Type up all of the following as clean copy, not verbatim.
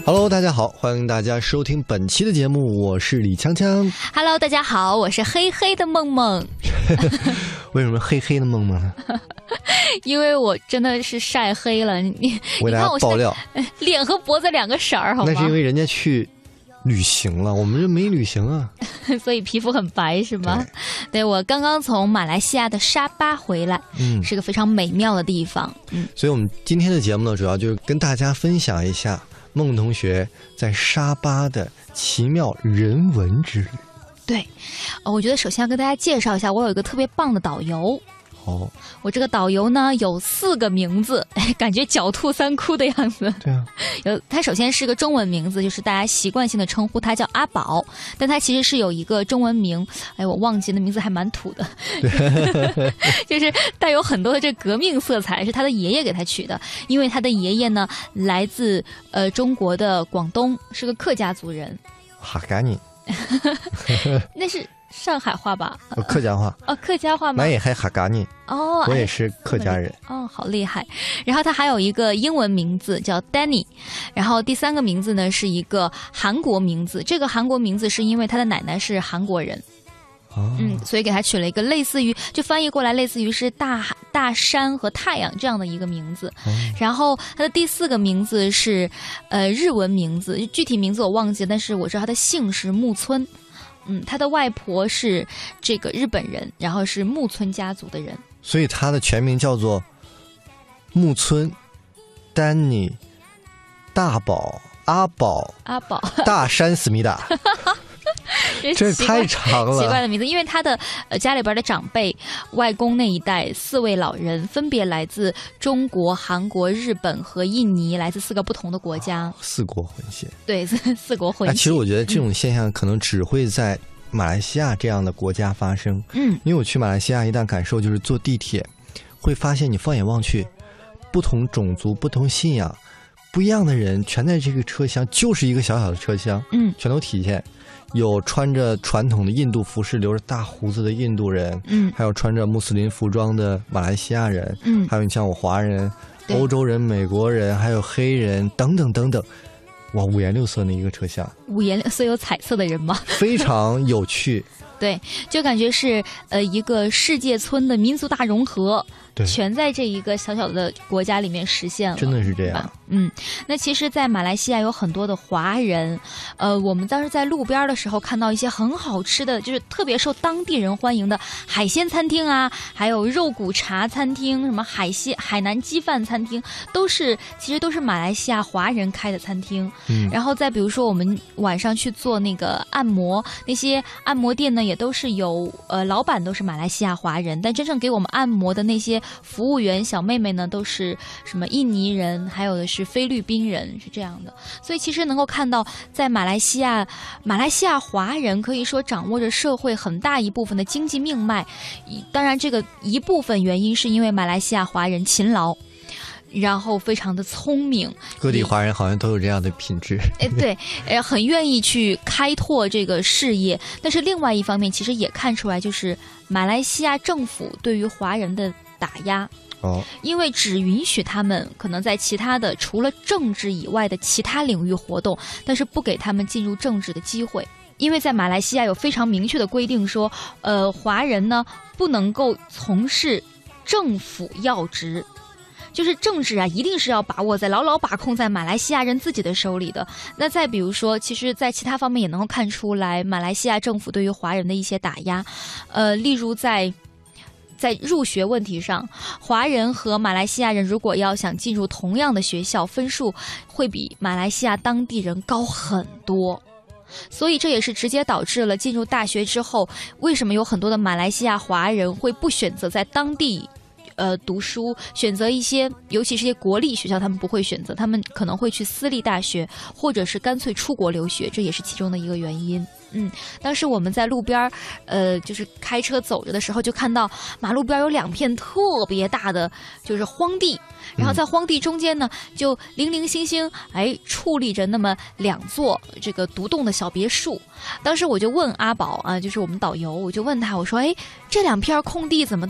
Hello， 大家好，欢迎大家收听本期的节目，我是李锵锵。 Hello， 大家好，我是黑黑的梦梦。 为什么黑黑的梦梦呢？ 因为我真的是晒黑了，你为大家爆料， 脸和脖子两个色儿，好吗？ 那是因为人家去旅行了，我们这没旅行啊， 所以皮肤很白是吗？对，我刚刚从马来西亚的沙巴回来，是个非常美妙的地方。 所以我们今天的节目呢，主要就是跟大家分享一下孟同学在沙巴的奇妙人文之旅。对， 我觉得首先要跟大家介绍一下，我有一个特别棒的导游。我这个导游呢有4个名字，感觉狡兔3窟的样子。 对啊， 他首先是个中文名字，就是大家习惯性的称呼他叫阿宝，但他其实是有一个中文名，我忘记，那名字还蛮土的，就是带有很多的这革命色彩，是他的爷爷给他取的，因为他的爷爷呢来自中国的广东，是个客家族人。 哈嘎尼， 那是上海话吧？ 客家话。 客家话吗？ 我也还哈嘎尼。我也是客家人。 好厉害。然后他还有一个英文名字叫 Danny， 然后第3个名字呢是一个韩国名字，这个韩国名字是因为他的奶奶是韩国人。所以给他取了一个类似于，就翻译过来类似于是大山和太阳这样的一个名字。然后他的第4个名字是日文名字，具体名字我忘记了，但是我知道他的姓是木村。他的外婆是这个日本人，然后是木村家族的人， 所以他的全名叫做木村丹尼大宝阿宝大山思密达。这太长了， 奇怪的名字。因为他的家里边的长辈，外公那一代4位老人分别来自中国、韩国、日本和印尼，来自4个不同的国家 ，4国混血。 对，4国混血。 其实我觉得这种现象可能只会在马来西亚这样的国家发生。因为我去马来西亚一旦感受就是坐地铁，会发现你放眼望去，不同种族、不同信仰、不一样的人全在这个车厢，就是一个小小的车厢，全都体现。有穿着传统的印度服饰、留着大胡子的印度人，还有穿着穆斯林服装的马来西亚人，还有你像我华人、欧洲人、美国人，还有黑人等等等等，哇，五颜六色的一个车厢， 五颜六色有彩色的人吗？ 非常有趣。 对，就感觉是一个世界村的民族大融合，全在这一个小小的国家里面实现了， 真的是这样。 那其实在马来西亚有很多的华人，我们当时在路边的时候看到一些很好吃的，就是特别受当地人欢迎的海鲜餐厅啊，还有肉骨茶餐厅，什么海南鸡饭餐厅，其实都是马来西亚华人开的餐厅。然后再比如说我们晚上去做那个按摩，那些按摩店呢也都是有老板都是马来西亚华人，但真正给我们按摩的那些服务员小妹妹呢都是什么印尼人，还有的是菲律宾人，是这样的。所以其实能够看到在马来西亚华人可以说掌握着社会很大一部分的经济命脉，当然这个一部分原因是因为马来西亚华人勤劳，然后非常的聪明， 各地华人好像都有这样的品质。 对，很愿意去开拓这个事业。但是另外一方面其实也看出来，就是马来西亚政府对于华人的打压。因为只允许他们可能在其他的除了政治以外的其他领域活动，但是不给他们进入政治的机会。因为在马来西亚有非常明确的规定说，华人呢不能够从事政府要职，就是政治啊一定是要牢牢把控在马来西亚人自己的手里的。那再比如说，其实在其他方面也能够看出来马来西亚政府对于华人的一些打压，例如在入学问题上，华人和马来西亚人如果要想进入同样的学校，分数会比马来西亚当地人高很多。所以这也是直接导致了进入大学之后，为什么有很多的马来西亚华人会不选择在当地读书，选择一些尤其是一些国立学校，他们不会选择，他们可能会去私立大学，或者是干脆出国留学，这也是其中的一个原因。当时我们在路边就是开车走着的时候，就看到马路边有2片特别大的就是荒地，然后在荒地中间呢，就零零星星矗立着那么2座这个独栋的小别墅。当时我就问阿宝啊，就是我们导游，我就问他，我说这2片空地怎么都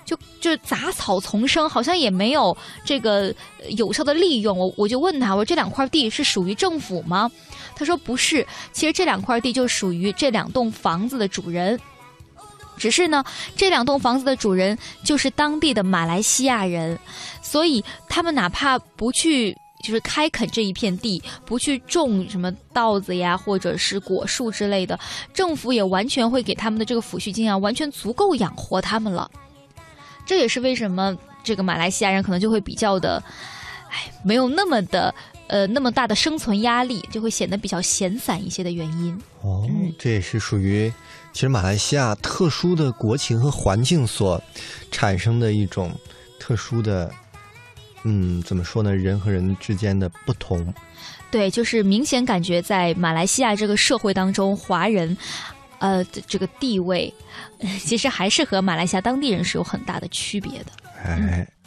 就杂草丛生，好像也没有这个有效的利用。我就问他，我说这2块地是属于政府吗？他说不是，其实这2块地就属于这2栋房子的主人。只是呢，这2栋房子的主人就是当地的马来西亚人，所以他们哪怕不去就是开垦这一片地，不去种什么稻子呀，或者是果树之类的，政府也完全会给他们的这个抚恤金啊，完全足够养活他们了。这也是为什么这个马来西亚人可能就会比较的，没有那么的那么大的生存压力，就会显得比较闲散一些的原因。 这也是属于其实马来西亚特殊的国情和环境所产生的一种特殊的怎么说呢，人和人之间的不同。 对，就是明显感觉在马来西亚这个社会当中，华人这个地位其实还是和马来西亚当地人是有很大的区别的。